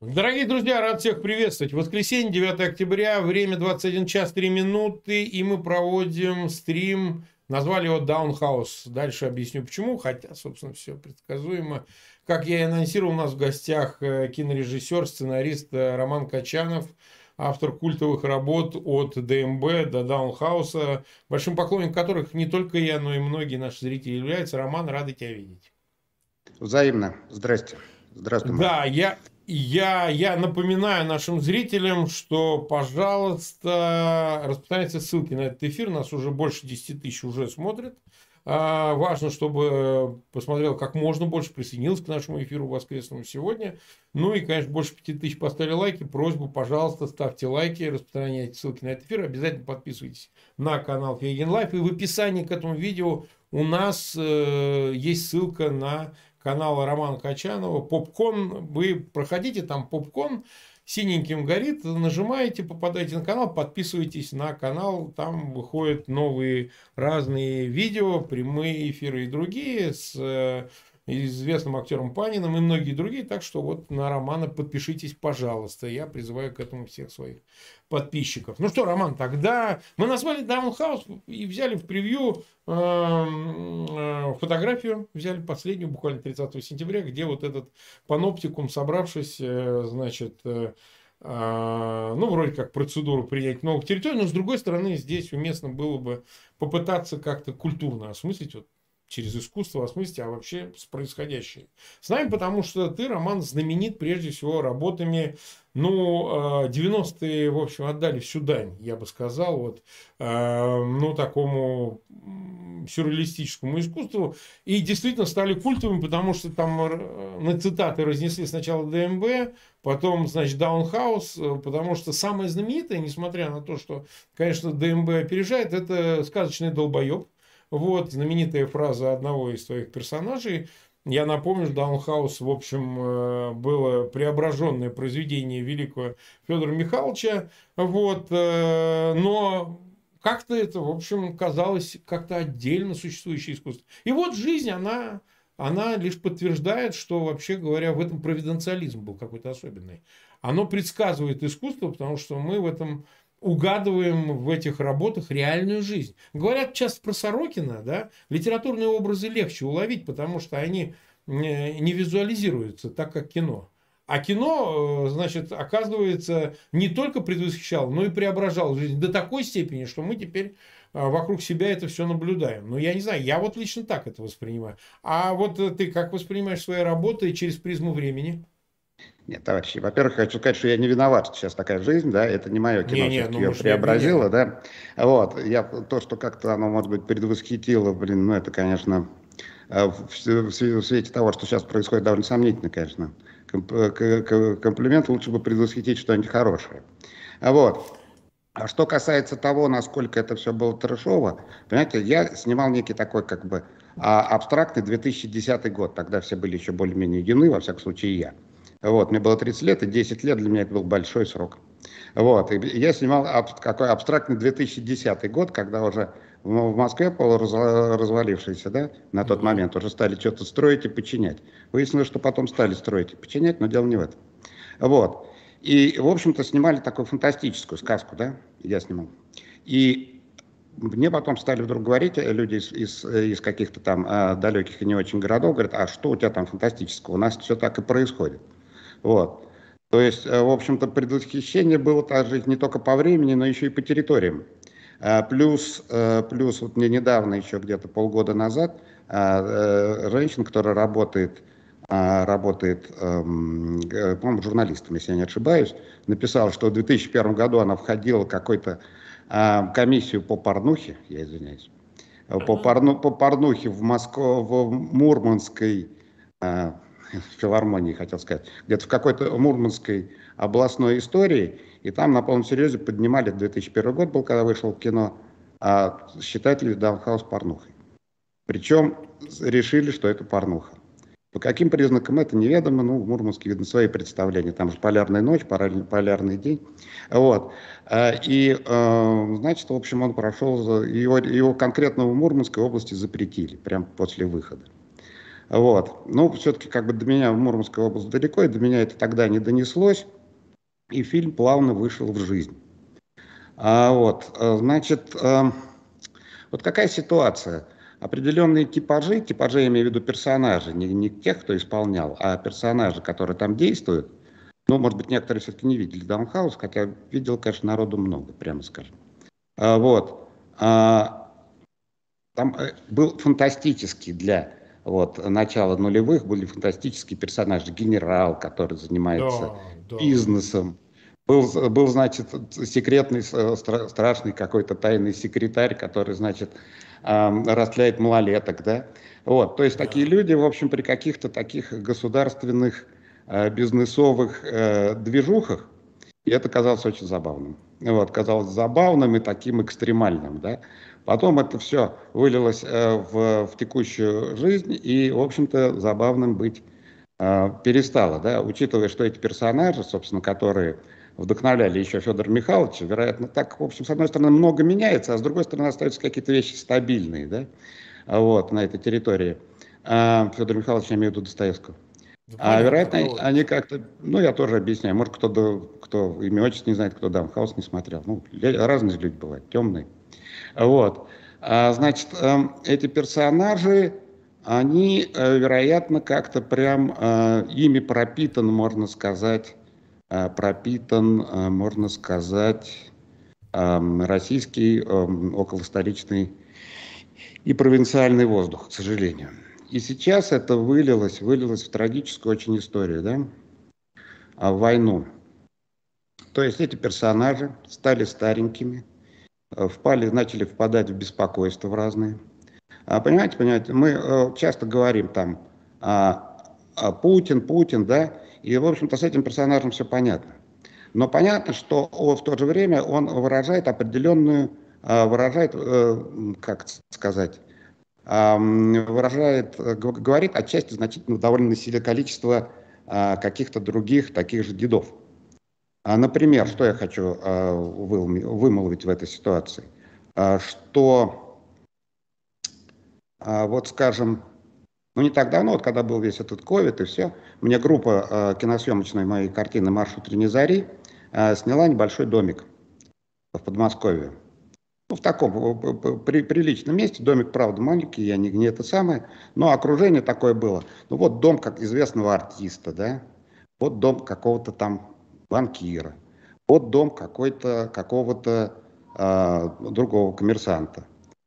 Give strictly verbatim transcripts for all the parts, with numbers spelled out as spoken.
Дорогие друзья, рад всех приветствовать. Воскресенье, девятое октября, время двадцать один час три минуты, и мы проводим стрим, назвали его Даунхаус. Дальше объясню почему, хотя, собственно, все предсказуемо. Как я и анонсировал, у нас в гостях кинорежиссер, сценарист Роман Качанов, автор культовых работ от ДМБ до Даунхауса, большим поклонником которых не только я, но и многие наши зрители являются. Роман, рады тебя видеть. Взаимно. Здрасте. Здравствуй, Марк. Да, я, я, я напоминаю нашим зрителям, что, пожалуйста, распространяйте ссылки на этот эфир. Нас уже больше десяти тысяч уже смотрят. А, важно, чтобы посмотрел как можно больше, присоединился к нашему эфиру воскресному сегодня. Ну и, конечно, больше пяти тысяч поставили лайки. Просьбу, пожалуйста, ставьте лайки, распространяйте ссылки на этот эфир. Обязательно подписывайтесь на канал Фейгин Лайф. И в описании к этому видео у нас э, есть ссылка на канала Романа Качанова «Попкон». Вы проходите, там «Попкон» синеньким горит, нажимаете, попадаете на канал, подписывайтесь на канал. Там выходят новые разные видео, прямые эфиры и другие с известным актером Паниным и многие другие. Так что вот на Романа подпишитесь, пожалуйста. Я призываю к этому всех своих подписчиков. Ну что, Роман, тогда мы назвали Даунхаус и взяли в превью э, фотографию, взяли последнюю, буквально тридцатого сентября, где вот этот паноптикум, собравшись, э, значит, э, э, ну, вроде как процедуру принять новых территорий, но с другой стороны, здесь уместно было бы попытаться как-то культурно осмыслить, вот, через искусство осмыслить, а вообще с происходящим с нами, потому что ты, Роман, знаменит прежде всего работами, ну, девяностые, в общем, отдали всю дань, я бы сказал, вот, ну, такому сюрреалистическому искусству, и действительно стали культовыми, потому что там на цитаты разнесли сначала ДМБ, потом, значит, Даунхаус, потому что самое знаменитое, несмотря на то, что, конечно, ДМБ опережает, это «Сказочный долбоеб». Вот, знаменитая фраза одного из твоих персонажей. Я напомню, что Даунхаус, в общем, было преображенное произведение великого Федора Михайловича. Вот, но как-то это, в общем, казалось как-то отдельно существующее искусство. И вот жизнь, она, она лишь подтверждает, что, вообще говоря, в этом провиденциализм был какой-то особенный. Оно предсказывает искусство, потому что мы в этом угадываем в этих работах реальную жизнь. Говорят часто про Сорокина, да, литературные образы легче уловить, потому что они не визуализируются так, как кино. А кино, значит, оказывается, не только предвосхищало, но и преображало жизнь до такой степени, что мы теперь вокруг себя это все наблюдаем. Но я не знаю, я вот лично так это воспринимаю. А вот ты как воспринимаешь свои работы через призму времени? Нет, товарищи, во-первых, хочу сказать, что я не виноват, что сейчас такая жизнь, да, это не мое кино, Не, не, все-таки ну ее мы же не преобразило, обвиняем. да. Вот, я, то, что как-то оно, может быть, предвосхитило, блин, ну, это, конечно, в, в свете того, что сейчас происходит, довольно сомнительно, конечно. Комплимент лучше бы предвосхитить что-нибудь хорошее. Вот. А что касается того, насколько это все было трэшово, понимаете, я снимал некий такой, как бы, абстрактный две тысячи десятый год, тогда все были еще более-менее юны, во всяком случае, я. Вот, мне было тридцать лет, и десять лет для меня это был большой срок. Вот, и я снимал аб- какой абстрактный две тысячи десятый год, когда уже в в Москве полуразвалившийся, да, на тот Ну. момент уже стали что-то строить и подчинять. Выяснилось, что потом стали строить и подчинять, но дело не в этом. Вот. И, в общем-то, снимали такую фантастическую сказку, да, я снимал. И мне потом стали вдруг говорить люди из, из, из каких-то там э, далеких и не очень городов, говорят, а что у тебя там фантастического? У нас все так и происходит. Вот. То есть, в общем-то, предвосхищение было также не только по времени, но еще и по территориям. Плюс, плюс вот мне недавно, еще где-то полгода назад, женщина, которая работает, работает, по-моему, журналистом, если я не ошибаюсь, написала, что в две тысячи первом году она входила в какую-то комиссию по порнухе, я извиняюсь, по, порну, по порнухе в, Москве, в Мурманской филармонии, хотел сказать, где-то в какой-то мурманской областной истории, и там на полном серьезе поднимали, две тысячи первый год был, когда вышел в кино, а считать ли Даунхаус порнухой. Причем решили, что это порнуха. По каким признакам это неведомо, ну, в Мурманске видно свои представления, там же полярная ночь, полярный день, вот, и, значит, в общем, он прошел, его, его конкретно в Мурманской области запретили, прямо после выхода. Вот. Но все-таки как бы до меня в Мурманской области далеко, и до меня это тогда не донеслось, и фильм плавно вышел в жизнь. А вот, э, значит, э, вот какая ситуация? Определенные типажи, типажи я имею в виду персонажи, не, не тех, кто исполнял, а персонажи, которые там действуют. Ну, может быть, некоторые все-таки не видели Даунхаус, хотя видел, конечно, народу много, прямо скажем. А, вот. А, там э, был фантастический для вот, начала нулевых, были фантастические персонажи. Генерал, который занимается Да, да. бизнесом. Был, был, значит, секретный, стра- страшный какой-то тайный секретарь, который, значит, э, растляет малолеток, да. Вот, то есть такие Да. люди, в общем, при каких-то таких государственных э, бизнесовых э, движухах, и это казалось очень забавным. Вот, казалось забавным и таким экстремальным, да. Потом это все вылилось э, в, в текущую жизнь, и, в общем-то, забавным быть э, перестало, да, учитывая, что эти персонажи, собственно, которые вдохновляли еще Федора Михайловича, вероятно, так, в общем, с одной стороны, много меняется, а с другой стороны, остаются какие-то вещи стабильные, да, вот, на этой территории. А, Федор Михайлович, я имею в виду Достоевского. Да А, понятно, вероятно, кого они это. как-то, ну, я тоже объясняю, может, кто-то, кто имя, отчество не знает, кто Даунхаус не смотрел. Ну, разные люди бывают, темные. Вот. А, значит, эм, эти персонажи, они, э, вероятно, как-то прям э, ими пропитан, можно сказать, э, пропитан, э, можно сказать, эм, российский эм, околостоличный и провинциальный воздух, к сожалению. И сейчас это вылилось, вылилось в трагическую очень историю, да, а, в войну. То есть эти персонажи стали старенькими, э, впали, начали впадать в беспокойство в разные. А, понимаете, понимаете, мы э, часто говорим там а, а, Путин, Путин, да, и, в общем-то, с этим персонажем все понятно. Но понятно, что он, в то же время он выражает определенную, а, выражает, э, как сказать, а, выражает, э, г- говорит отчасти значительно довольно сильное количество а, каких-то других таких же дедов. А, например, что я Мгм. хочу а, вымолвить вымолвить в этой ситуации? А, что, а, вот скажем, ну, не так давно, вот когда был весь этот ковид и все, мне группа э, киносъемочной моей картины «Маршрут Рени Зари» э, сняла небольшой домик в Подмосковье. Ну, в таком э, п- при- приличном месте. Домик, правда, маленький, я не, не это самое, но окружение такое было. Ну, вот дом как известного артиста, да, вот дом какого-то там банкира, вот дом какой-то, какого-то э, другого коммерсанта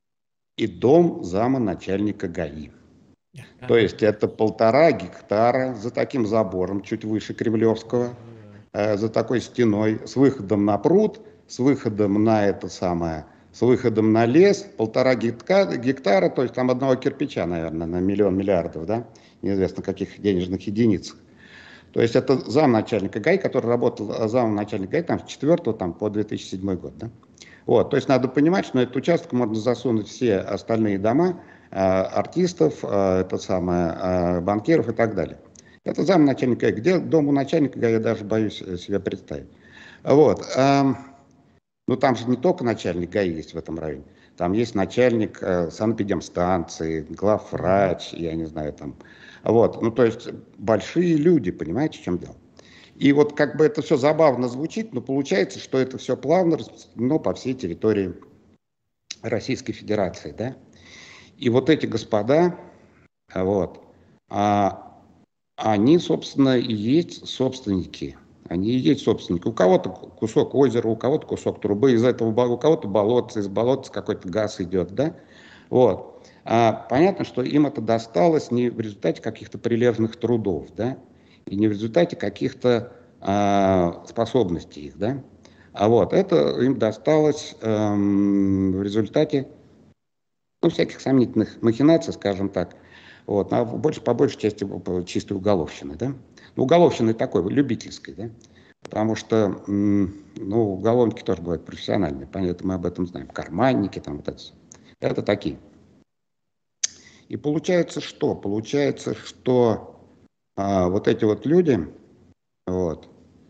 и дом зама начальника ГАИ. То есть это полтора гектара за таким забором, чуть выше Кремлевского, Ага. э, за такой стеной, с выходом на пруд, с выходом на это самое, с выходом на лес, полтора гектара, гектара, то есть там одного кирпича, наверное, на миллион миллиардов, да, неизвестно каких денежных единиц. То есть это замначальника ГАИ, который работал э, замначальника ГАИ там, с четвёртого там, по две тысячи седьмой год. Да? Вот, то есть надо понимать, что на этот участок можно засунуть все остальные дома э, артистов, э, это самое, э, банкиров и так далее. Это замначальника ГАИ. Где дом у начальника ГАИ, я даже боюсь э, себе представить. Вот. эм, ну там же не только начальник ГАИ есть в этом районе. Там есть начальник э, санэпидемстанции, Мгм. главврач, я не знаю, там. Вот, ну то есть большие люди, понимаете, в чем дело? И вот как бы это все забавно звучит, но получается, что это все плавно распространено по всей территории Российской Федерации, да. И вот эти господа, а, вот, а, они, собственно, и есть собственники. Они и есть собственники. У кого-то кусок озера, у кого-то кусок трубы, из этого у кого-то болото, из болота какой-то газ идет, да. Вот. А понятно, что им это досталось не в результате каких-то прилежных трудов, да, и не в результате каких-то а, способностей их, да. А вот это им досталось эм, в результате ну, всяких сомнительных махинаций, скажем так. Вот, а больше, по большей части по чистой уголовщины, да. Ну, уголовщины такой, любительской, да. Потому что, м, ну, уголовники тоже бывают профессиональные, понятно, мы об этом знаем. Карманники, там вот это все. Это такие. И получается что? Получается, что а, вот эти вот люди, вот,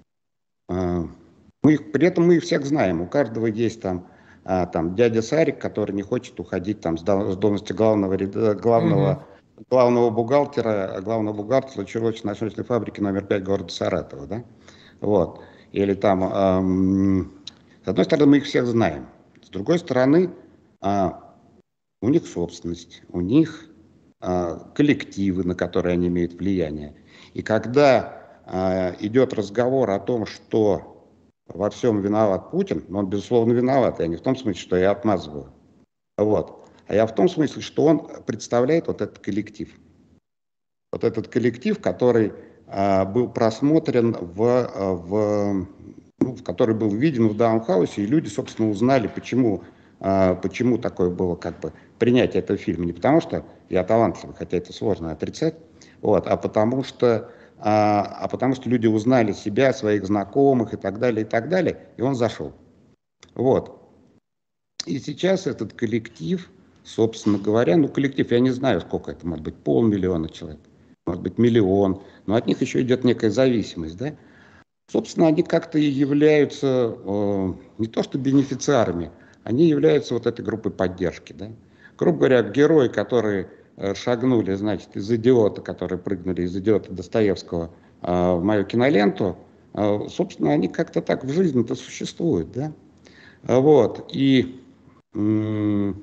а, мы их, при этом мы их всех знаем. У каждого есть там, а, там дядя Сарик, который не хочет уходить там с, дол- с должности главного, реда- Мгм. главного главного бухгалтера, главного бухгалтера чулочно-носочной фабрики номер пять города Саратова, да? Вот. Или там, эм, с одной стороны, мы их всех знаем, с другой стороны, э, у них собственность, у них э, коллективы, на которые они имеют влияние. И когда э, идет разговор о том, что во всем виноват Путин, но он, безусловно, виноват, я не в том смысле, что я отмазываю, вот, а я в том смысле, что он представляет вот этот коллектив. Вот этот коллектив, который э, был просмотрен, в, в, ну, в который был виден в Даунхаусе, и люди, собственно, узнали, почему, э, почему такое было как бы принятие этого фильма. Не потому что я талантливый, хотя это сложно отрицать, вот, а потому что, а, а потому что люди узнали себя, своих знакомых и так далее, и так далее, и он зашел. Вот. И сейчас этот коллектив, собственно говоря, ну коллектив, я не знаю, сколько это, может быть, полмиллиона человек, может быть, миллион, но от них еще идет некая зависимость, да. Собственно, они как-то и являются э, не то что бенефициарами, они являются вот этой группой поддержки, да. Грубо говоря, герои, которые э, шагнули, значит, из «Идиота», которые прыгнули из «Идиота» Достоевского э, в мою киноленту, э, собственно, они как-то так в жизни-то существуют, да. Вот, и, м-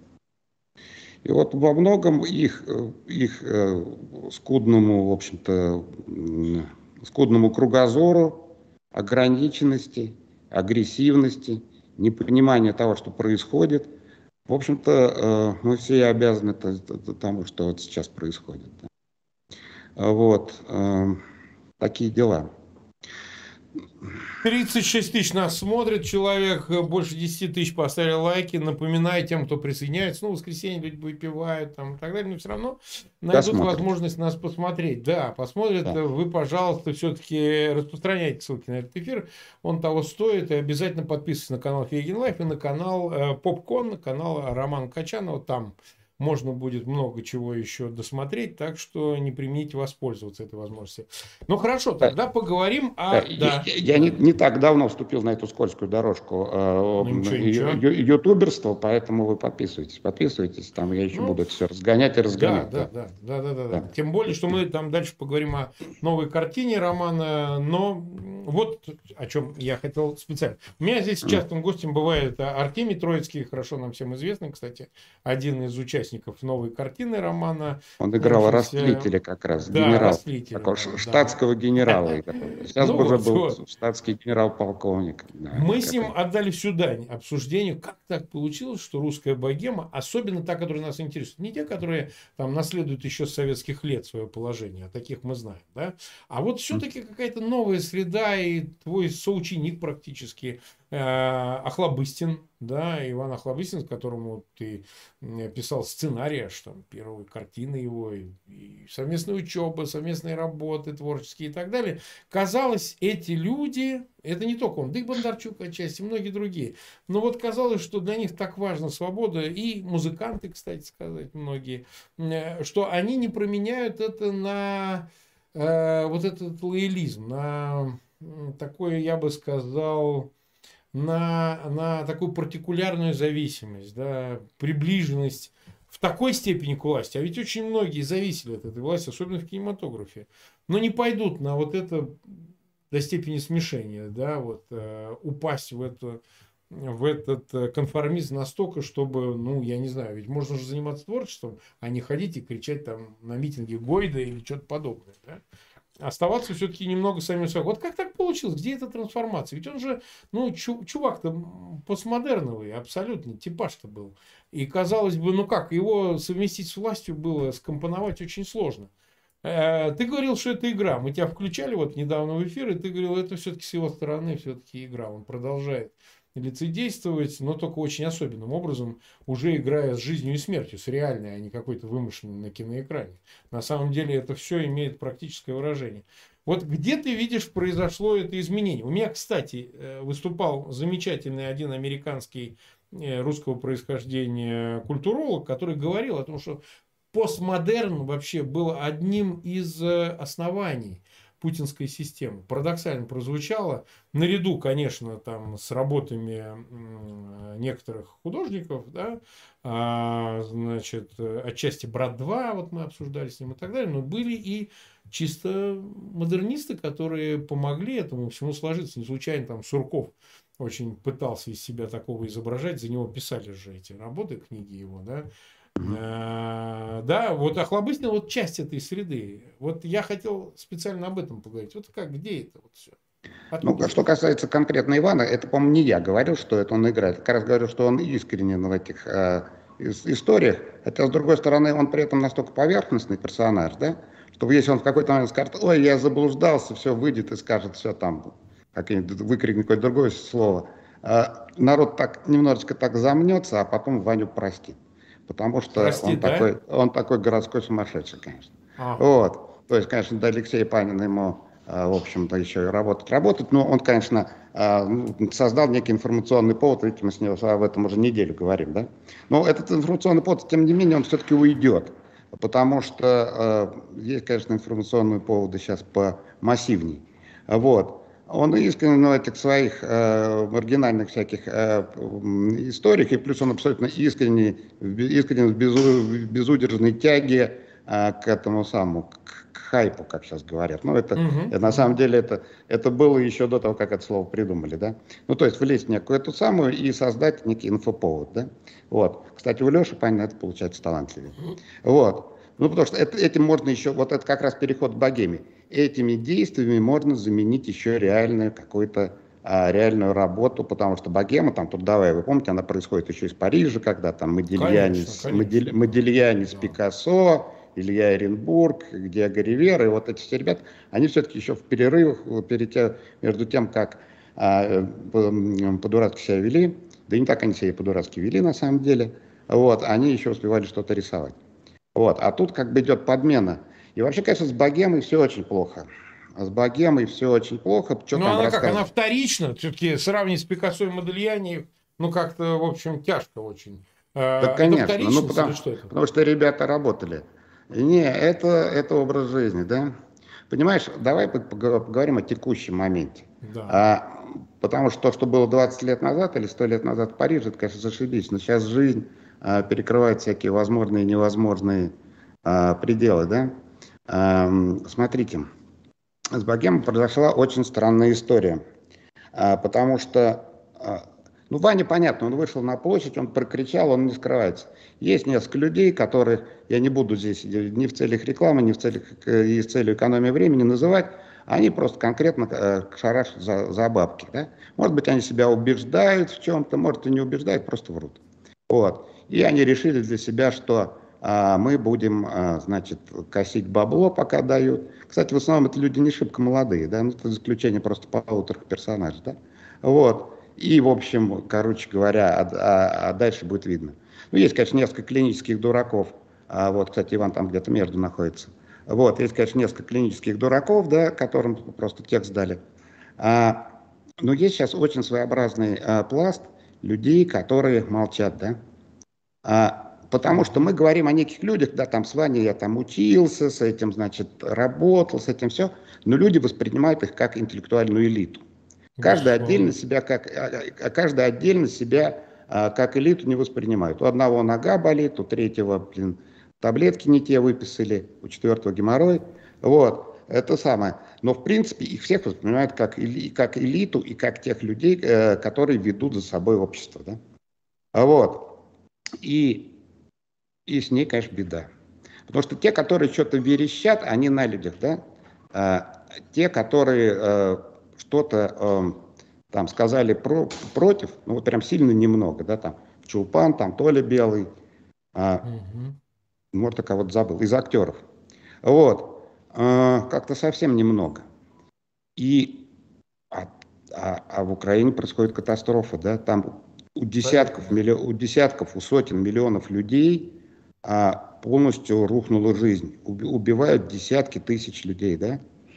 и вот во многом их, э, их э, скудному, в общем-то, м, скудному кругозору, ограниченности, агрессивности, непонимания того, что происходит. В общем-то, э, мы все обязаны т- т- тому, что вот сейчас происходит. Да. А Вот, э, такие дела. тридцать шесть тысяч нас смотрит человек, больше десять тысяч поставили лайки. Напоминаю тем, кто присоединяется. Ну, в воскресенье люди выпивают там и так далее, но все равно найдут Досмотрят. возможность нас посмотреть. Да, посмотрят. Да. Вы, пожалуйста, все-таки распространяйте ссылки на этот эфир. Он того стоит. И обязательно подписывайтесь на канал Фейгин Лайф и на канал э, Попкон, на канал Романа Качанова. Там можно будет много чего еще досмотреть, так что не примените воспользоваться этой возможностью. Ну хорошо, Да. тогда поговорим Да, о... Я, Да, я да. не, не так давно вступил на эту скользкую дорожку Ну ничего, э, ничего. ю- ю- ютуберства, поэтому вы подписывайтесь, подписывайтесь, там я еще Ну, буду это все разгонять и да, разгонять. да, Да. да, да, да, да, да. Да. Тем более, что мы там дальше поговорим о новой картине романа, но вот о чем я хотел специально. У меня здесь М. частым гостем бывает Артемий Троицкий, хорошо нам всем известный, кстати, один из участников новой картины романа. Он играл Снимавшийся- растлителя как раз, Да, генерал, растлителя, такого да, ш- да. штатского генерала. Сейчас Ну бы уже вот, был вот. штатский генерал-полковник. Да, Мы с ним какой. отдали всю дань обсуждению, как так получилось, что русская богема, особенно та, которая нас интересует, не те, которые там наследуют еще с советских лет свое положение, а таких мы знаем, да, а вот все-таки какая-то новая среда, и твой соученик практически, э, Охлобыстин, да, Иван Охлобыстин, с которому ты м, писал сценарий, аж там первые картины его, и, и совместная учеба, совместные работы творческие и так далее. Казалось, эти люди, это не только он, да и Бондарчук отчасти, многие другие. Но вот казалось, что для них так важна свобода, и музыканты, кстати сказать, многие, э, что они не променяют это на э, вот этот лоялизм, на м, такое, я бы сказал, на, на такую партикулярную зависимость, да, приближенность в такой степени к власти. А ведь очень многие зависели от этой власти, особенно в кинематографе. Но не пойдут на вот это до степени смешения, да, вот, э, упасть в, это, в этот э, конформизм настолько, чтобы, ну, я не знаю, ведь можно же заниматься творчеством, а не ходить и кричать там на митинге Гойда или что-то подобное, да? Оставаться все-таки немного самим собой. Вот как так получилось? Где эта трансформация? Ведь он же, ну, чу- чувак-то постмодерновый, абсолютно, типаж-то был. И казалось бы, ну как, его совместить с властью было, скомпоновать очень сложно. Э, Ты говорил, что это игра. Мы тебя включали вот недавно в эфир, и ты говорил, это все-таки с его стороны все-таки игра. Он продолжает лицедействовать, но только очень особенным образом, уже играя с жизнью и смертью, с реальной, а не какой-то вымышленной на киноэкране. На самом деле это все имеет практическое выражение. Вот где ты видишь, произошло это изменение? У меня, кстати, э, выступал замечательный один американский э, русского происхождения культуролог, который говорил о том, что постмодерн вообще был одним из э, оснований путинской системы. Парадоксально прозвучало. Наряду, конечно, там с работами некоторых художников, да, а, значит, отчасти «Брат два», вот мы обсуждали с ним и так далее, но были и чисто модернисты, которые помогли этому всему сложиться. Не случайно там Сурков очень пытался из себя такого изображать, за него писали же эти работы, книги его, да. А, да, вот Охлобыстин вот часть этой среды. Вот я хотел специально об этом поговорить. Вот как, где это вот все? Ну, что касается конкретно Ивана, это, по-моему, не я говорил, что это он играет. Как раз говорю, что он искренен в этих э, историях. Хотя, с другой стороны, он при этом настолько поверхностный персонаж, да, что если он в какой-то момент скажет: ой, я заблуждался, все, выйдет и скажет все там, выкрикнет какое-то другое слово, э, народ так немножечко так замнется, а потом Ваню простит. Потому что Прости, он, да? такой, он такой городской сумасшедший, конечно. Ага. Вот. То есть, конечно, до Алексея Панина ему, в общем-то, еще и работать, работать. Но он, конечно, создал некий информационный повод, видите, мы с ним об этом уже неделю говорим, да? Но этот информационный повод, тем не менее, он все-таки уйдет. Потому что есть, конечно, информационные поводы сейчас помассивней. Вот. Он искренен в этих своих э, маргинальных всяких э, историях, и плюс он абсолютно искренний, искренен в безу, безудержной тяге э, к этому самому, к, к хайпу, как сейчас говорят. Ну, это, Угу. это на самом деле это, это было еще до того, как это слово придумали, да. Ну, то есть влезть в некую эту самую и создать некий инфоповод, да. Вот. Кстати, у Леши Панина это получается талантливее. Вот. Ну, потому что это, этим можно еще, вот это как раз переход к богеме. Этими действиями можно заменить еще реальную какую-то а, реальную работу, потому что богема, там, трудовая, вы помните, она происходит еще из Парижа, когда там Модильяне, Конечно, конечно. Модиль, Модильяне с Да. Пикассо, Илья Оренбург, Диего Ривера, и вот эти все ребята, они все-таки еще в перерывах, перед тем, между тем, как а, по-дурацки себя вели, да и не так они себя по-дурацки вели на самом деле, вот, они еще успевали что-то рисовать. Вот. А тут как бы идет подмена. И вообще, конечно, с богемой все очень плохо. С богемой все очень плохо. Что Ну, там она как, она рассказывать? вторична. Все-таки сравнить с Пикассо и Модельяни, ну, как-то, в общем, тяжко очень. Да, Это конечно. Ну, вторичность потому, или что это? потому что ребята работали. Не, это, это образ жизни, да? Понимаешь, давай поговорим о текущем моменте. Да. А, потому что то, что было двадцать лет назад или сто лет назад в Париже, это, конечно, зашибись. Но сейчас жизнь а, перекрывает всякие возможные и невозможные а, пределы, да? А, смотрите, с богемой произошла очень странная история. А, потому что, а, ну, Ваня, понятно, он вышел на площадь, он прокричал, он не скрывается. Есть несколько людей, которых я не буду здесь ни в целях рекламы, ни в целях, и в целях экономии времени называть, они просто конкретно э, шарашат за, за бабки. Да? Может быть, они себя убеждают в чем-то, может, и не убеждают, просто врут. Вот. И они решили для себя, что а, мы будем, а, значит, косить бабло, пока дают. Кстати, в основном это люди не шибко молодые, да, ну, это исключение просто полуторных персонажей, да. Вот. И, в общем, короче говоря, а, а, а дальше будет видно. Ну, есть, конечно, несколько клинических дураков. А, вот, кстати, Иван там где-то между находится. Вот, есть, конечно, несколько клинических дураков, да, которым просто текст дали. А, но есть сейчас очень своеобразный а, пласт людей, которые молчат, да. А, потому что мы говорим о неких людях, да, там с Ваней я там учился, с этим, значит, работал, с этим все, но люди воспринимают их как интеллектуальную элиту. Каждый отдельно себя как, а каждый отдельно себя а, как элиту не воспринимает. У одного нога болит, у третьего, блин, таблетки не те выписали, у четвертого геморрой. Вот, это самое. Но, в принципе, их всех воспринимают как, эли, как элиту и как тех людей, э, которые ведут за собой общество. Да? Вот. И, и с ней, конечно, беда. Потому что те, которые что-то верещат, они на людях, да? А, те, которые э, что-то э, там сказали про, против, ну вот прям сильно немного, да, там Чулпан, там Толя Белый, а, Угу. может, я кого-то забыл, из актеров. Вот. А, как-то совсем немного. И, а, а, а в Украине происходит катастрофа, да, там у десятков, миллион, у десятков, у сотен миллионов людей а, полностью рухнула жизнь. Убивают десятки тысяч людей, да.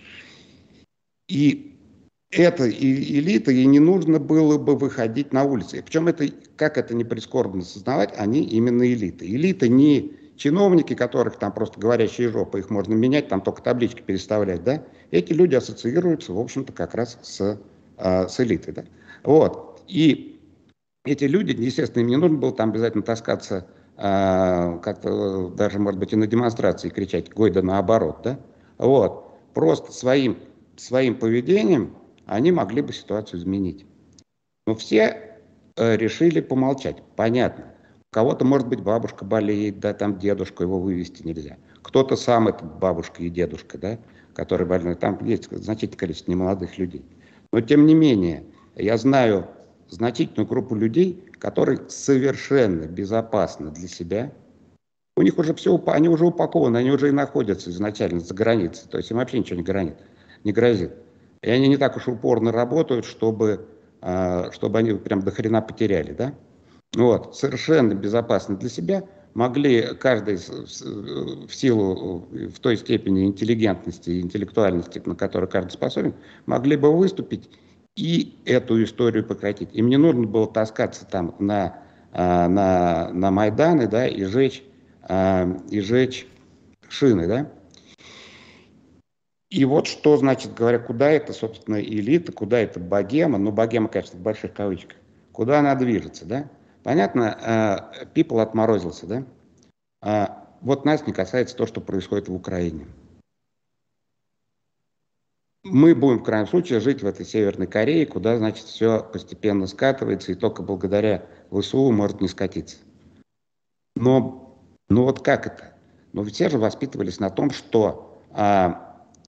И эта элита, ей не нужно было бы выходить на улицы. Причем это, как это не прискорбно сознавать, они именно элита. Элита не чиновники, которых там просто говорящие жопы, их можно менять, там только таблички переставлять, да, эти люди ассоциируются, в общем-то, как раз с, э, с элитой, да. Вот. И эти люди, естественно, им не нужно было там обязательно таскаться, э, как-то даже, может быть, и на демонстрации кричать «Гой, да наоборот», да. Вот. Просто своим, своим поведением они могли бы ситуацию изменить. Но все э, решили помолчать. Понятно. У кого-то, может быть, бабушка болеет, да, там дедушку его вывести нельзя. Кто-то сам этот бабушка и дедушка, да, который больной. Там есть значительное количество немолодых людей. Но, тем не менее, я знаю значительную группу людей, которые совершенно безопасно для себя. У них уже все, они уже упакованы, они уже и находятся изначально за границей. То есть им вообще ничего не гранит, не грозит. И они не так уж упорно работают, чтобы, а, чтобы они прям до хрена потеряли, да? Вот, совершенно безопасно для себя, могли каждый в силу, в той степени интеллигентности и интеллектуальности, на которую каждый способен, могли бы выступить и эту историю прекратить. Им не нужно было таскаться там на, на, на Майданы, да, и жечь, и жечь шины, да. И вот что, значит, говоря, куда это, собственно, элита, куда это богема, ну, богема, конечно, в больших кавычках, куда она движется, да? Понятно, people отморозился, да? Вот нас не касается то, что происходит в Украине. Мы будем, в крайнем случае, жить в этой Северной Корее, куда, значит, все постепенно скатывается, и только благодаря ВСУ может не скатиться. Но, ну вот как это? Ну, все же воспитывались на том, что а,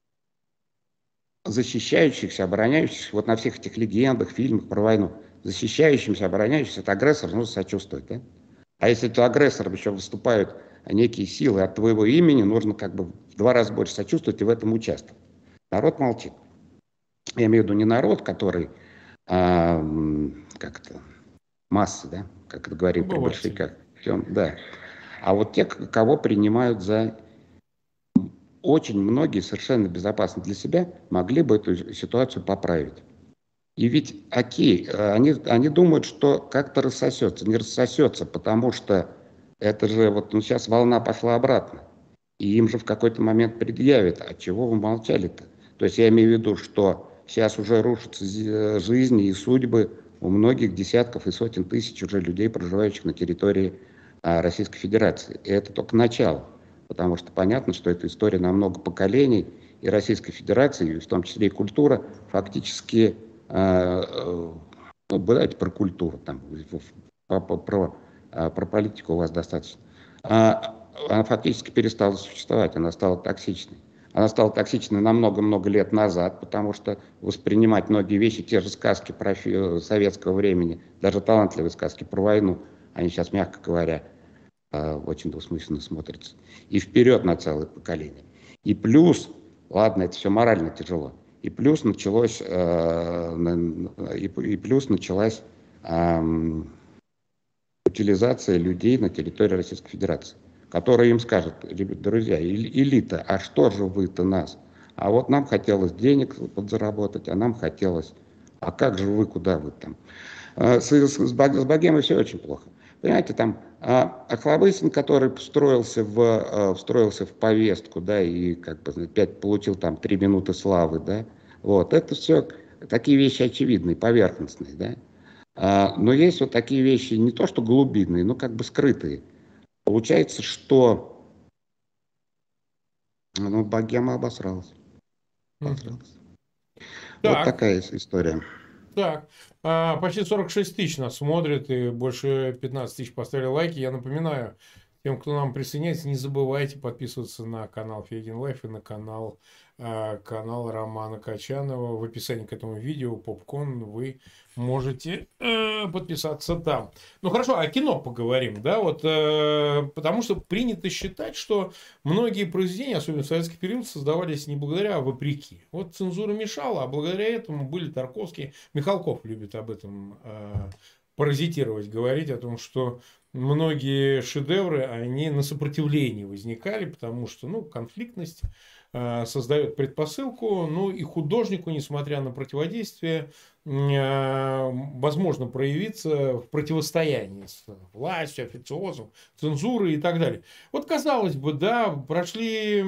защищающихся, обороняющихся, вот на всех этих легендах, фильмах про войну, защищающимся, обороняющимся, это агрессор нужно сочувствовать, да? А если это агрессором еще выступают некие силы от твоего имени, нужно как бы в два раза больше сочувствовать и в этом участвовать. Народ молчит. Я имею в виду не народ, который, а, как это, массы, да, как это говорим при большевиках, да, а вот те, кого принимают за... Очень многие совершенно безопасно для себя могли бы эту ситуацию поправить. И ведь, окей, они, они думают, что как-то рассосется. Не рассосется, потому что это же вот ну, сейчас волна пошла обратно. И им же в какой-то момент предъявят, а чего вы молчали-то? То есть я имею в виду, что сейчас уже рушатся жизни и судьбы у многих десятков и сотен тысяч уже людей, проживающих на территории а, Российской Федерации. И это только начало. Потому что понятно, что эта история на много поколений, и Российской Федерации, и в том числе и культура, фактически, э, э, ну, давайте про культуру, там, про, про, про политику у вас достаточно, а, она фактически перестала существовать, она стала токсичной. Она стала токсичной на много-много лет назад, потому что воспринимать многие вещи, те же сказки про советского времени, даже талантливые сказки про войну, они сейчас, мягко говоря, очень двусмысленно смотрится. И вперед на целое поколение. И плюс, ладно, это все морально тяжело, и плюс началось, э, и, и плюс началась э, утилизация людей на территории Российской Федерации, которая им скажет: друзья, элита, а что же вы-то нас? А вот нам хотелось денег подзаработать, а нам хотелось, а как же вы, куда вы там? С, с, с богемой все очень плохо. Понимаете, там а, Охлобыстин, который встроился в, а, встроился в повестку, да, и как бы опять получил там три минуты славы, да, вот, это все такие вещи очевидные, поверхностные, да, а, но есть вот такие вещи не то что глубинные, но как бы скрытые. Получается, что ну, богема обосралась. обосралась. Вот Так. такая история. Так, а, почти сорок шесть тысяч нас смотрят, и больше пятнадцать тысяч поставили лайки. Я напоминаю тем, кто нам присоединяется, не забывайте подписываться на канал Федин Лайф и на канал, а, канал Романа Качанова. В описании к этому видео Попкон вы можете э, подписаться там. Ну хорошо, о кино поговорим, да, вот, э, потому что принято считать, что многие произведения, особенно в советский период, создавались не благодаря, а вопреки. Вот цензура мешала, а благодаря этому были Тарковские. Михалков любит об этом э, паразитировать, говорить о том, что многие шедевры, они на сопротивлении возникали, потому что, ну, конфликтность э, создает предпосылку, ну и художнику, несмотря на противодействие, э, возможно проявиться в противостоянии с властью, официозом, цензурой и так далее. Вот, казалось бы, да, прошли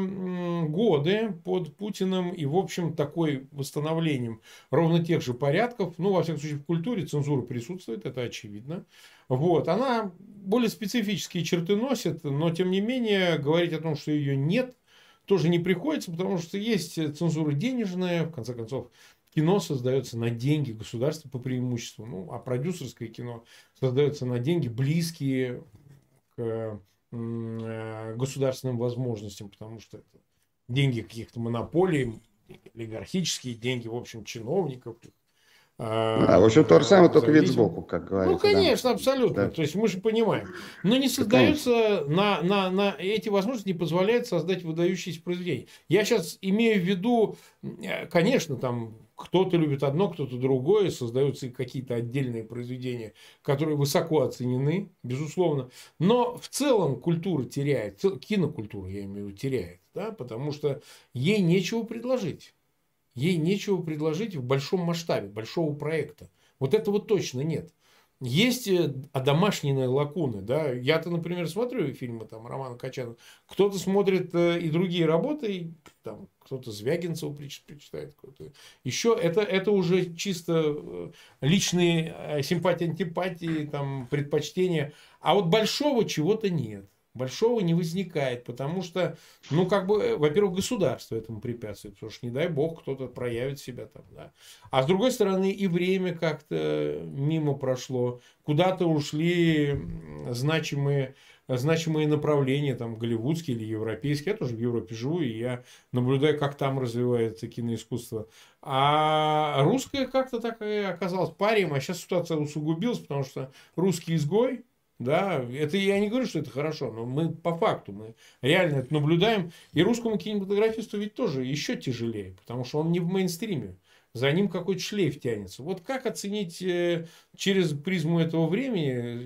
годы под Путиным и, в общем, такой восстановлением ровно тех же порядков, ну, во всяком случае, в культуре цензура присутствует, это очевидно. Вот, она более специфические черты носит, но, тем не менее, говорить о том, что ее нет, тоже не приходится, потому что есть цензура денежная, в конце концов, кино создается на деньги государства по преимуществу, ну, а продюсерское кино создается на деньги, близкие к э, государственным возможностям, потому что это деньги каких-то монополий, олигархические деньги, в общем, чиновников. Да, в общем, то же самое, только вид Зависим. сбоку, как Ну, говорится. конечно, Да. абсолютно. Да. То есть мы же понимаем. Но не Да, конечно. создается, на, на, на эти возможности не позволяет создать выдающиеся произведения. Я сейчас имею в виду, э, конечно, там кто-то любит одно, кто-то другое, создаются какие-то отдельные произведения, которые высоко оценены, безусловно. Но в целом культура теряет, цел- кинокультура, я имею в виду, теряет, да, потому что ей нечего предложить. Ей нечего предложить в большом масштабе, большого проекта. Вот этого точно нет. Есть э, одомашненные лакуны. Да? Я-то, например, смотрю фильмы там, Романа Качана. Кто-то смотрит э, и другие работы, и, там, кто-то Звягинцева прочитает, кто-то еще. Это, это уже чисто э, личные э, симпатии, антипатии, там, предпочтения. А вот большого чего-то нет. Большого не возникает, потому что, ну, как бы, э, во-первых, государство этому препятствует, потому что, не дай бог, кто-то проявит себя там, да. А с другой стороны, и время как-то мимо прошло, куда-то ушли значимые, значимые направления, там, голливудские или европейские. Я тоже в Европе живу, и я наблюдаю, как там развивается киноискусство. А русское как-то так и оказалось парием, а сейчас ситуация усугубилась, потому что русский изгой. Да, это я не говорю, что это хорошо, но мы по факту, мы реально это наблюдаем. И русскому кинематографисту ведь тоже еще тяжелее, потому что он не в мейнстриме. За ним какой-то шлейф тянется. Вот как оценить э, через призму этого времени э,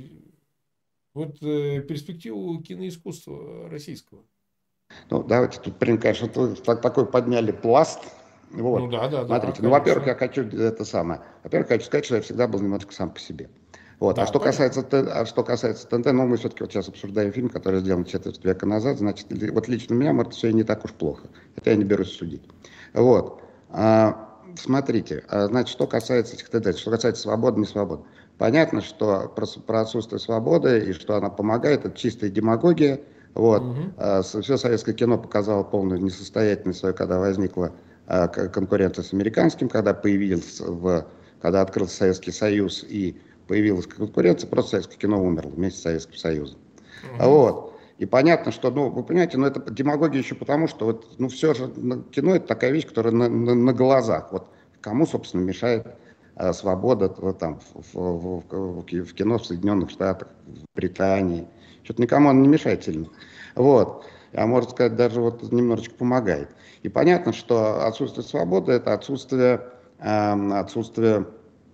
вот, э, перспективу киноискусства российского? Ну, давайте тут, блин, конечно, тут так- такой подняли пласт. Ну Вот, да, да, да, смотрите. Ну, во-первых, я конечно. хочу это самое. Во-первых, хочу сказать, что я всегда был немножко сам по себе. Вот. А Да, что касается, понятно. Т- а что касается ТНТ, ну, мы все-таки вот сейчас обсуждаем фильм, который сделан четверть века назад, значит, ли- вот лично у меня, может, все и не так уж плохо. Это я не берусь судить. Вот. А, смотрите, а, значит, что касается этих ТНТ, что касается свободы, не свободы. Понятно, что про, про отсутствие свободы и что она помогает, это чистая демагогия. Вот. Мгм. А, с- Все советское кино показало полную несостоятельность свою, когда возникла а, к- конкуренция с американским, когда появился в, когда открылся Советский Союз и появилась конкуренция, просто советское кино умерло вместе с Советским Союзом. А Мгм. Вот. И понятно, что, ну, вы понимаете, ну, это демагогия еще потому, что вот, ну, все же ну, кино это такая вещь, которая на, на, на глазах. Вот кому, собственно, мешает а, свобода вот, там, в, в, в, в кино в Соединенных Штатах, в Британии. Что-то никому она не мешает сильно. Вот. А можно сказать, даже вот немножечко помогает. И понятно, что отсутствие свободы – это отсутствие, эм, отсутствие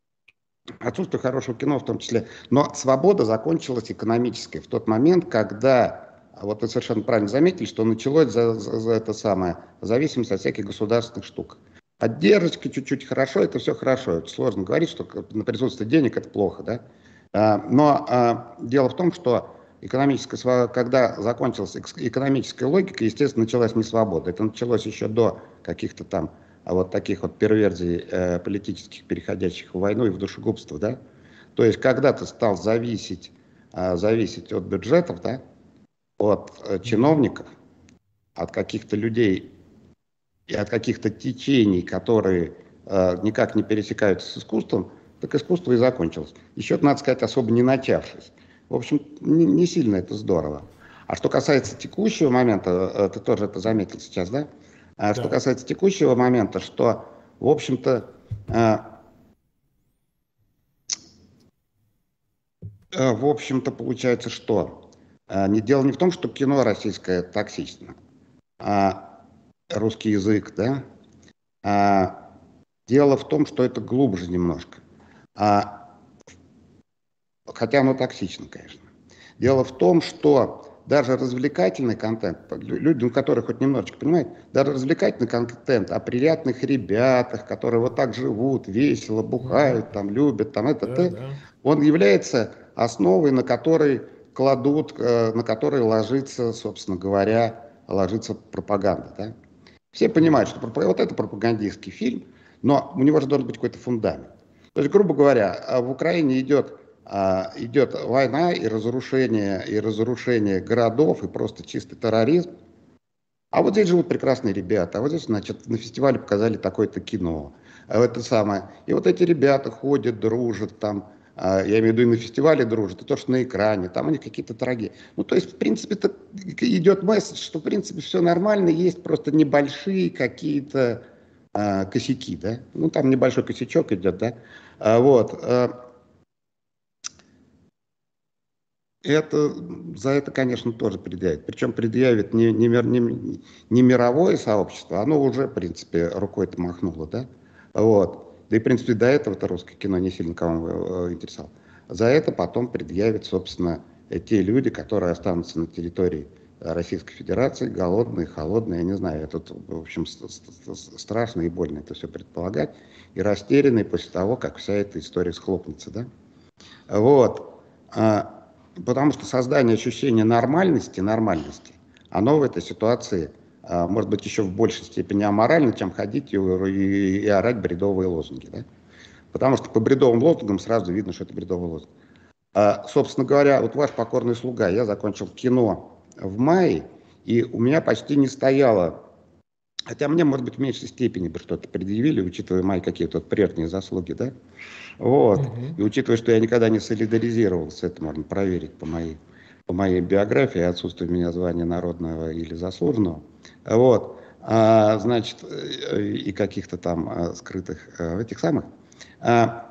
отсутствие хорошего кино в том числе. Но свобода закончилась экономической в тот момент, когда, вот вы совершенно правильно заметили, что началось за, за, за это самое, зависимость от всяких государственных штук. Поддержка чуть-чуть хорошо, это все хорошо. Это сложно говорить, что на присутствие денег это плохо, да? А, Но а, дело в том, что экономическая, сва- когда закончилась экс- экономическая логика, естественно, началась не свобода. Это началось еще до каких-то там а вот таких вот перверзий э, политических, переходящих в войну и в душегубство, да. То есть, когда ты стал зависеть, э, зависеть от бюджетов, да, от э, Мгм. чиновников, от каких-то людей и от каких-то течений, которые э, никак не пересекаются с искусством, так искусство и закончилось. Еще, надо сказать, особо не начавшись. В общем, не, не сильно это здорово. А что касается текущего момента, э, ты тоже это заметил сейчас, да? А что Да. касается текущего момента, что, в общем-то, э, э, в общем-то, получается, что э, не, дело не в том, что кино российское токсично, а русский язык, да, а дело в том, что это глубже немножко. А, хотя оно токсично, конечно. Дело в том, что даже развлекательный контент, люди, у которых хоть немножечко понимают, даже развлекательный контент о приятных ребятах, которые вот так живут, весело, бухают, там, любят, там, это, Да, ты, да. он является основой, на которой кладут, э, на которой ложится, собственно говоря, ложится пропаганда, да? Все понимают, что вот это пропагандистский фильм, но у него же должен быть какой-то фундамент. То есть, грубо говоря, в Украине идет, идет война и разрушение, и разрушение городов, и просто чистый терроризм. А вот здесь живут прекрасные ребята, а вот здесь, значит, на фестивале показали такое-то кино. А это самое. И вот эти ребята ходят, дружат там, я имею в виду и на фестивале дружат, и то, что на экране, там у них какие-то трагедии. Ну, то есть, в принципе, идет месседж, что, в принципе, все нормально, есть просто небольшие какие-то а, косяки, да. Ну, там небольшой косячок идет, да. А, вот. А, это, за это, конечно, тоже предъявит. Причем предъявит не, не, мир, не, не мировое сообщество, оно уже, в принципе, рукой-то махнуло, да. Вот. Да и, в принципе, до этого-то русское кино не сильно кого интересовало. За это потом предъявят, собственно, те люди, которые останутся на территории Российской Федерации, голодные, холодные, я не знаю, это, в общем, страшно и больно это все предполагать, и растерянные после того, как вся эта история схлопнется, да. Вот. Потому что создание ощущения нормальности, нормальности, оно в этой ситуации, может быть, еще в большей степени аморально, чем ходить и, и, и орать бредовые лозунги. Да? Потому что по бредовым лозунгам сразу видно, что это бредовый лозунг. А, собственно говоря, вот ваш покорный слуга, я закончил кино в мае, и у меня почти не стояло, хотя мне, может быть, в меньшей степени бы что-то предъявили, учитывая мои какие-то вот прежние заслуги, да, вот, угу. И учитывая, что я никогда не солидаризировался, это можно проверить по моей, по моей биографии, отсутствие у меня звания народного или заслуженного, вот, а, значит, и каких-то там скрытых этих самых, а,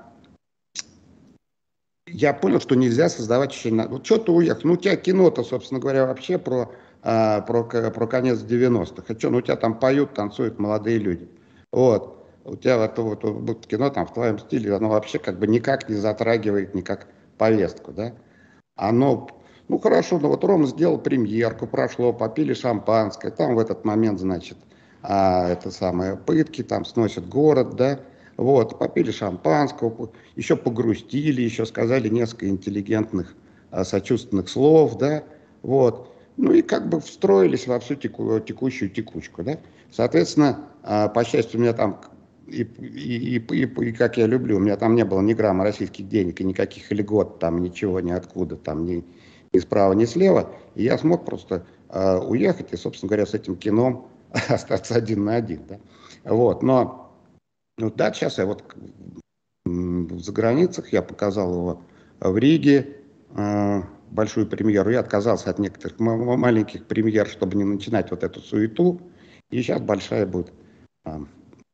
я понял, что нельзя создавать ощущение, ну что ты уехал, ну у тебя кино-то, собственно говоря, вообще про, а, про, про конец девяностых, а что, ну у тебя там поют, танцуют молодые люди, вот. У тебя это вот, вот кино там в твоем стиле, оно вообще как бы никак не затрагивает никак повестку, да. Оно, ну хорошо, ну вот Рома сделал премьерку, прошло, попили шампанское, там в этот момент, значит, а, это самое, пытки, там сносят город, да, вот, попили шампанского, еще погрустили, еще сказали несколько интеллигентных, а, сочувственных слов, да, вот. Ну и как бы встроились во всю теку, текущую текучку, да. Соответственно, а, по счастью, у меня там И, и, и, и, и как я люблю, у меня там не было ни грамма российских денег и никаких льгот, там ничего ниоткуда, там ни, ни справа, ни слева. И я смог просто э, уехать и, собственно говоря, с этим кином остаться один на один. Да? Вот, но ну, да, сейчас я вот в заграницах, я показал его в Риге, э, большую премьеру. Я отказался от некоторых маленьких премьер, чтобы не начинать вот эту суету. И сейчас большая будет. Э,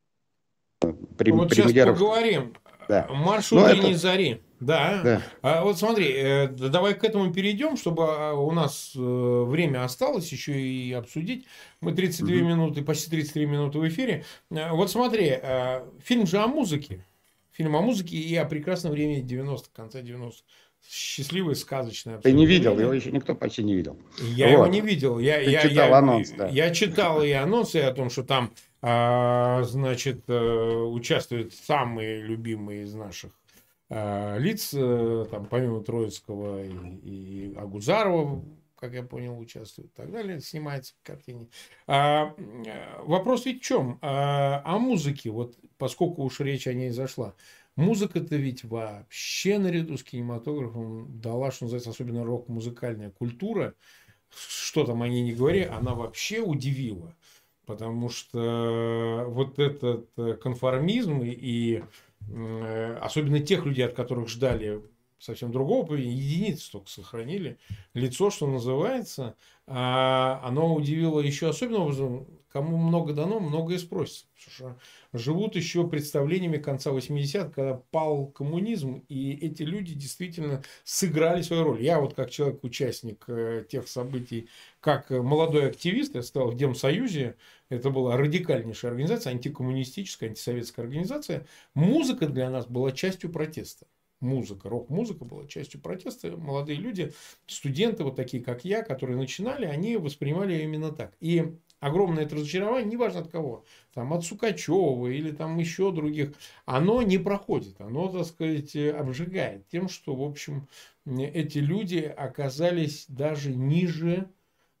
Прем, вот сейчас поговорим. Да. Марш утренней это... зари. Да. да. А вот смотри, э, давай к этому перейдем, чтобы у нас э, время осталось еще и обсудить. Мы тридцать две угу. минуты, почти тридцать три минуты в эфире. Э, вот смотри, э, фильм же о музыке. Фильм о музыке и о прекрасном времени девяностых, конца девяностых. Счастливое, сказочное. Ты не видел, время. Его еще никто почти не видел. Я вот. его не видел. Я, Ты я, читал я, анонс, да. Я читал и анонсы о том, что там, а, значит, участвуют самые любимые из наших а, лиц, там, помимо Троицкого и, и Агузарова, как я понял, участвует и так далее, снимается в картине. А, вопрос ведь в чем? А, о музыке, вот поскольку уж речь о ней зашла. Музыка-то ведь вообще наряду с кинематографом дала, что называется, особенно рок-музыкальная культура, что там о ней не говори, она вообще удивила. Потому что вот этот конформизм и особенно тех людей, от которых ждали совсем другого поведения, единицы только сохранили лицо, что называется, оно удивило еще особенным образом, кому много дано, многое спросится. Потому что живут еще представлениями конца восьмидесятых, когда пал коммунизм, и эти люди действительно сыграли свою роль. Я вот как человек-участник тех событий, как молодой активист, я стал в Демсоюзе, это была радикальнейшая организация, антикоммунистическая, антисоветская организация. Музыка для нас была частью протеста. музыка, рок-музыка была частью протеста. Молодые люди, студенты, вот такие, как я, которые начинали, они воспринимали ее именно так. И огромное это разочарование, неважно от кого, там, от Сукачева или там еще других, оно не проходит. Оно, так сказать, обжигает тем, что, в общем, эти люди оказались даже ниже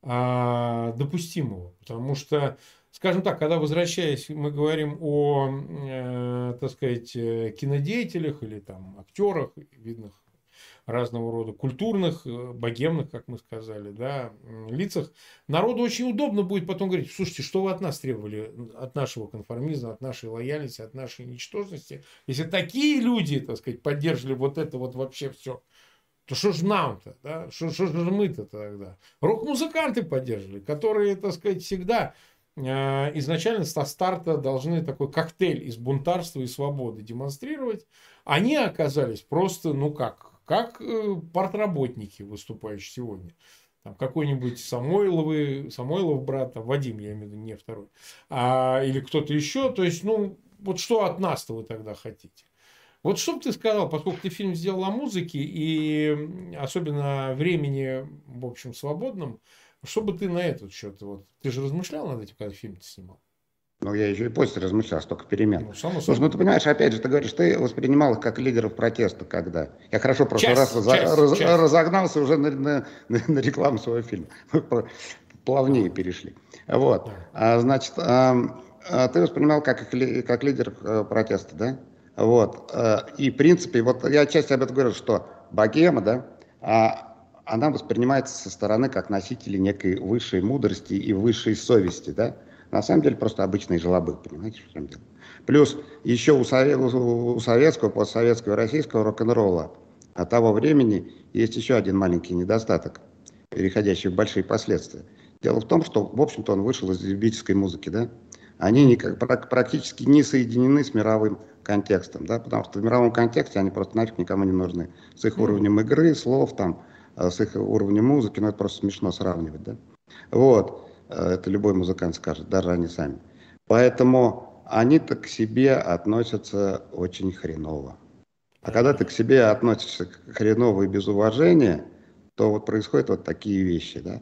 а, допустимого. Потому что, скажем так, когда, возвращаясь, мы говорим о, э, так сказать, кинодеятелях или там актерах, видных разного рода культурных, богемных, как мы сказали, да, лицах, народу очень удобно будет потом говорить: слушайте, что вы от нас требовали, от нашего конформизма, от нашей лояльности, от нашей ничтожности, если такие люди, так сказать, поддерживали вот это вот вообще все, то что же нам-то, да? Что, что же мы-то тогда? Рок-музыканты поддерживали, которые, так сказать, всегда э, изначально со старта должны такой коктейль из бунтарства и свободы демонстрировать. Они оказались просто, ну как, как э, партработники, выступающие сегодня. Там какой-нибудь Самойловый, Самойлов брат, там, Вадим, я имею в виду, не второй, а, или кто-то еще. То есть, ну, вот что от нас-то вы тогда хотите? Вот что бы ты сказал, поскольку ты фильм сделал о музыке и особенно времени, в общем, свободном, что бы ты на этот счет, вот, ты же размышлял над этим, когда фильм ты снимал? Ну, я еще и после размышлял, столько перемен. Ну, само Слушай, ну собой. ты понимаешь, опять же, ты говоришь, ты воспринимал их как лидеров протеста, когда. Я хорошо в прошлый раз Часть, разо- часть, раз- часть. разогнался уже на, на- на- на рекламу своего фильма. Мы про- плавнее перешли. Вот. Да. А, значит, ам, а, ты воспринимал как, их ли- как лидер э, протеста, да? Вот. э, И, в принципе, вот я отчасти об этом говорил, что богема, да, а, она воспринимается со стороны как носители некой высшей мудрости и высшей совести, да? На самом деле просто обычные жлобы, понимаете, в чем дело. Плюс еще у, сове- у- у советского, постсоветского и российского рок-н-ролла от того времени есть еще один маленький недостаток, переходящий в большие последствия. Дело в том, что, в общем-то, он вышел из любительской музыки, да? Они никак, прак- практически не соединены с мировым контекстом, да, потому что в мировом контексте они просто нафиг никому не нужны. С их уровнем игры, слов, там, э, с их уровнем музыки, ну, это просто смешно сравнивать, да. Вот, э, это любой музыкант скажет, даже они сами. Поэтому они-то к себе относятся очень хреново. А когда ты к себе относишься хреново и без уважения, то вот происходят вот такие вещи, да.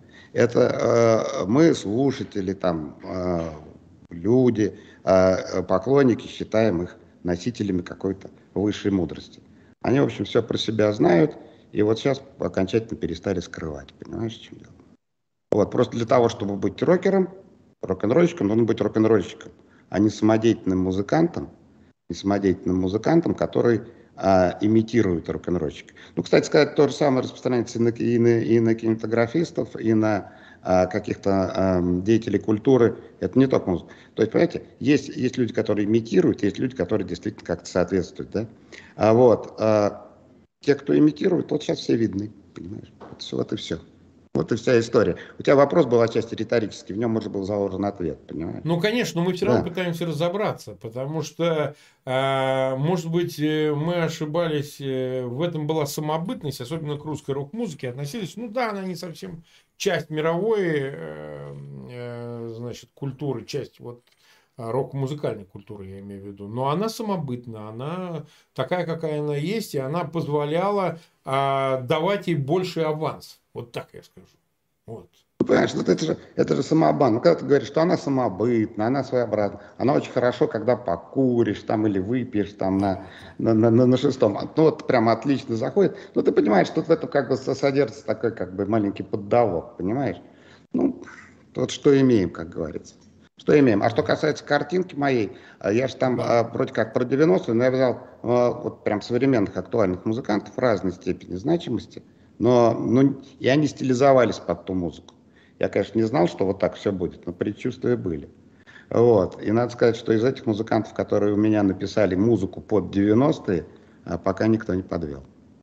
Это э, мы, слушатели, там, э, люди, э, поклонники, считаем их носителями какой-то высшей мудрости. Они, в общем, все про себя знают, и вот сейчас окончательно перестали скрывать, понимаешь, в чем дело? Вот, просто для того, чтобы быть рокером, рок-н-ролльщиком, нужно быть рок-н-ролльщиком, а не самодеятельным музыкантом, не самодеятельным музыкантом, который а, имитирует рок-н-ролльщика. Ну, кстати сказать, то же самое распространяется и на, и на, и на кинематографистов, и на а, каких-то а, деятелей культуры. Это не только музыка. То есть, понимаете, есть, есть люди, которые имитируют, есть люди, которые действительно как-то соответствуют. Да? А вот а, те, кто имитирует, вот сейчас все видны, понимаешь? Вот, все, вот и все. Вот и вся история. У тебя вопрос был отчасти риторический, в нем может был заложен ответ, понимаешь? Ну, конечно, но мы все равно Да. пытаемся разобраться, потому что, э, может быть, э, мы ошибались, э, в этом была самобытность, особенно к русской рок-музыке относились. Ну да, она не совсем часть мировой, э, э, значит, культуры, часть вот рок-музыкальной культуры, я имею в виду. Но она самобытна, она такая, какая она есть, и она позволяла э, давать ей больший аванс. Вот так я скажу. Вот. Ну, понимаешь, вот это же, это же самообман. Ну, когда ты говоришь, что она самобытна, она своеобразна, она очень хорошо, когда покуришь там или выпьешь там на, на, на, на, на шестом. Ну, вот прям отлично заходит. Но ты понимаешь, что в этом как бы содержится такой как бы маленький поддавок, понимаешь? Ну, вот что имеем, как говорится. Что имеем. А что касается картинки моей, я же там Да. а, вроде как про девяностые, но я взял а, вот прям современных актуальных музыкантов разной степени значимости, но ну, и они стилизовались под ту музыку. Я, конечно, не знал, что вот так все будет, но предчувствия были. Вот. И надо сказать, что из этих музыкантов, которые у меня написали музыку под девяностые, а, пока никто не подвел.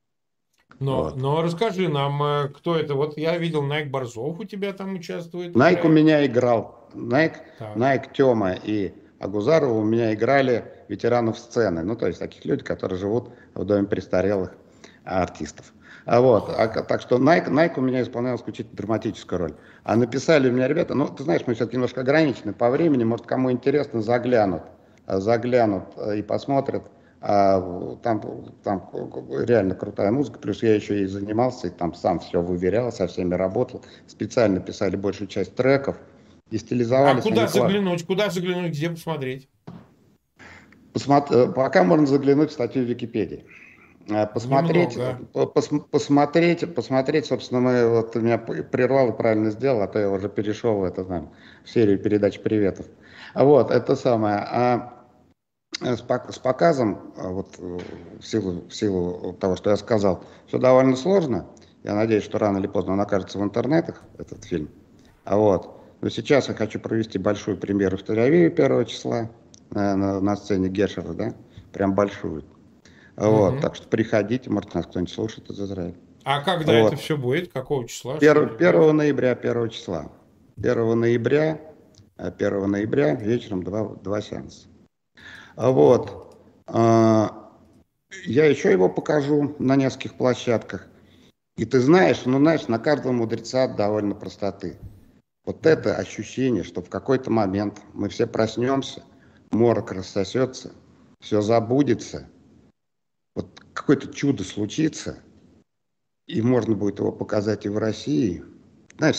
Но, Вот. но расскажи нам, э, кто это? Вот я видел, Найк Борзов у тебя там участвует в Найк у проекте. меня играл. Найк, Так. Найк, Тёма и Агузарова у меня играли ветеранов сцены. Ну, то есть таких людей, которые живут в доме престарелых артистов. А вот, а, так что Найк, Найк у меня исполнял исключительно драматическую роль. А написали у меня ребята, ну, ты знаешь, мы все-таки немножко ограничены по времени, может, кому интересно, заглянут, заглянут и посмотрят А там, там реально крутая музыка, плюс я еще и занимался, и там сам все выверял, со всеми работал. Специально писали большую часть треков, и А стилизовались они куда классно. заглянуть? Куда заглянуть? Где посмотреть? Посмотри, пока можно заглянуть в статью в Википедии. А, Посмотреть, Немного. пос, посмотреть, посмотреть, собственно, мы, вот ты меня прервал и правильно сделал, а то я уже перешел в, это, там, в серию передач приветов. А Вот, это самое. А с, пок- с показом, а, вот, э, в силу, в силу того, что я сказал, все довольно сложно. Я надеюсь, что рано или поздно он окажется в интернетах, этот фильм. А вот. Но сейчас я хочу провести большую премьеру в Тель-Авиве первого числа на, на, на сцене Гешера, да, прям большую. Вот, Мгм. так что приходите, может, нас кто-нибудь слушает из Израиля. А когда это Вот. все будет? Какого числа? Что это Первого будет? первого ноября, первого числа. Первого ноября, э, первого ноября вечером два, два сеанса. А Ага. Вот. А, Я еще его покажу на нескольких площадках. И ты знаешь, ну знаешь, на каждого мудреца довольно простоты. Вот это ощущение, что в какой-то момент мы все проснемся, морок рассосется, все забудется, вот какое-то чудо случится, и можно будет его показать и в России, знаешь,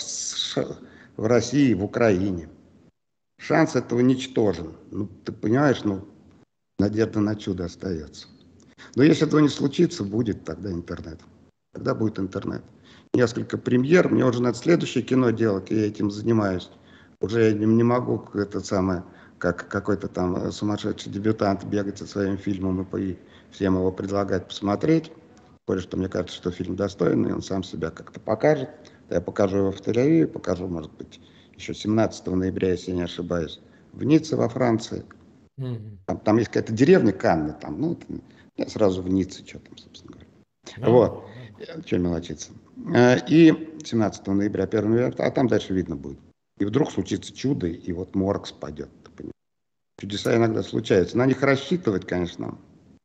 в России, в Украине. Шанс этого ничтожен. Ну, ты понимаешь, ну, надежда на чудо остается. Но если этого не случится, будет тогда интернет. Тогда будет интернет. Несколько премьер, мне уже надо следующее кино делать, и я этим занимаюсь. Уже я не, не могу, это самое, как какой-то там сумасшедший дебютант бегать со своим фильмом и, по, и всем его предлагать посмотреть. Более что мне кажется, что фильм достойный, он сам себя как-то покажет. Да, я покажу его в Тель-Авиве, покажу, может быть, еще семнадцатого ноября, если я не ошибаюсь, в Ницце во Франции. Мгм. Там, там есть какая-то деревня Канны, там, ну, это, я сразу в Ницце, что там, собственно говоря. Вот, Нормально. что мелочиться. Э, И семнадцатого ноября, первого ноября, а там дальше видно будет. И вдруг случится чудо, и вот морг спадет. Ты понимаешь? Чудеса иногда случаются. На них рассчитывать, конечно.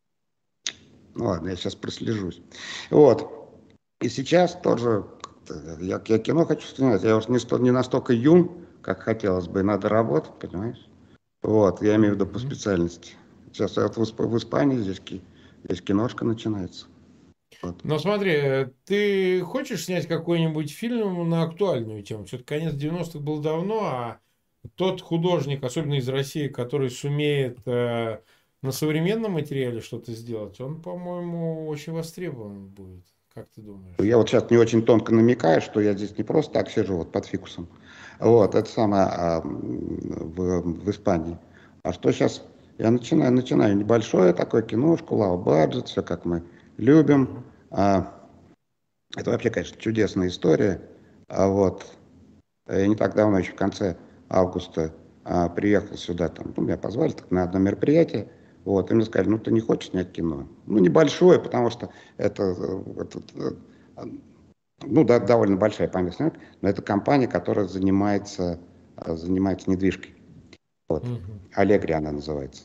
Ну ладно, я сейчас прослежусь. Вот. И сейчас тоже я, я кино хочу снимать. Я уже не, сто, не настолько юн, как хотелось бы, и надо работать, понимаешь? Вот, я имею в виду по Мгм. специальности. Сейчас вот в, Исп- в Испании здесь, ки- здесь киношка начинается. Вот. Но смотри, э, ты хочешь снять какой-нибудь фильм на актуальную тему? Все-таки конец девяностых был давно, а тот художник, особенно из России, который сумеет э, на современном материале что-то сделать, он, по-моему, очень востребован будет. Как ты думаешь? Я вот сейчас не очень тонко намекаю, что я здесь не просто так сижу вот под фикусом. Вот, это самое а, в, в Испании. А что сейчас? Я начинаю, начинаю небольшое такое киношку, low budget, все как мы любим. Мгм. А, это вообще, конечно, чудесная история. А вот я не так давно, еще в конце августа, а, приехал сюда, там, ну, меня позвали так, на одно мероприятие, вот, и мне сказали, ну, ты не хочешь снять кино? Ну, небольшое, потому что это, э, это, э, ну, да, довольно большая память, но это компания, которая занимается, э, занимается недвижкой. Вот. Мгм. Allegri она называется.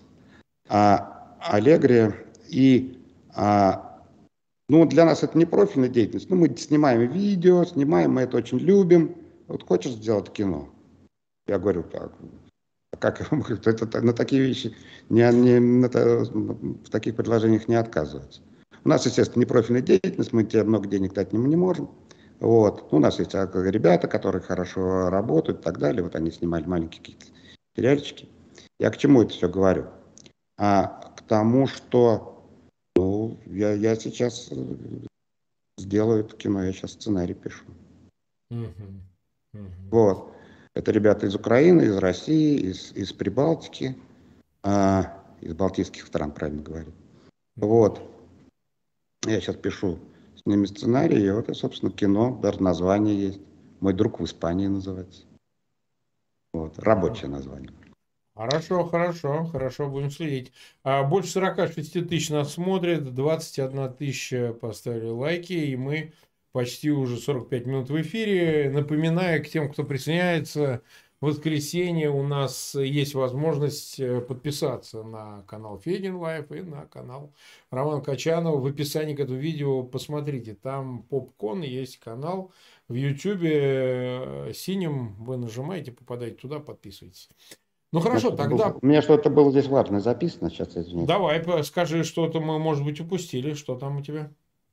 А Allegri и а, ну, для нас это не профильная деятельность. Ну, мы снимаем видео, снимаем, мы это очень любим. Вот хочешь сделать кино? Я говорю, так, а как это, на такие вещи, не, не, на, в таких предложениях не отказываются. У нас, естественно, не профильная деятельность, мы тебе много денег дать не, не можем. Вот. У нас есть ребята, которые хорошо работают и так далее. Вот они снимали маленькие какие-то сериальчики. Я к чему это все говорю? А к тому, что ну, я, я сейчас сделаю это кино, я сейчас сценарий пишу. Мгм. Мгм. Вот. Это ребята из Украины, из России, из, из Прибалтики, а, из балтийских стран, правильно говорю. Ну Вот. да. Я сейчас пишу с ними сценарий, и вот, и, собственно, кино, даже название есть. «Мой друг в Испании» называется. Вот. Ага. Рабочее название. Хорошо, хорошо, хорошо, будем следить. А, больше сорока шести тысяч нас смотрит, двадцать одна тысяча поставили лайки, и мы почти уже сорок пять минут в эфире. Напоминаю к тем, кто присоединяется, в воскресенье у нас есть возможность э, подписаться на канал Федин Лайф и на канал Романа Качанова. В описании к этому видео посмотрите, там Попкон, есть канал в Ютубе, э, синим вы нажимаете, попадаете туда, подписывайтесь. Ну У меня хорошо, что-то было, тогда у меня что-то было здесь важное записано, сейчас, извините. давай п- скажи, что-то мы, может быть, упустили, что там у тебя.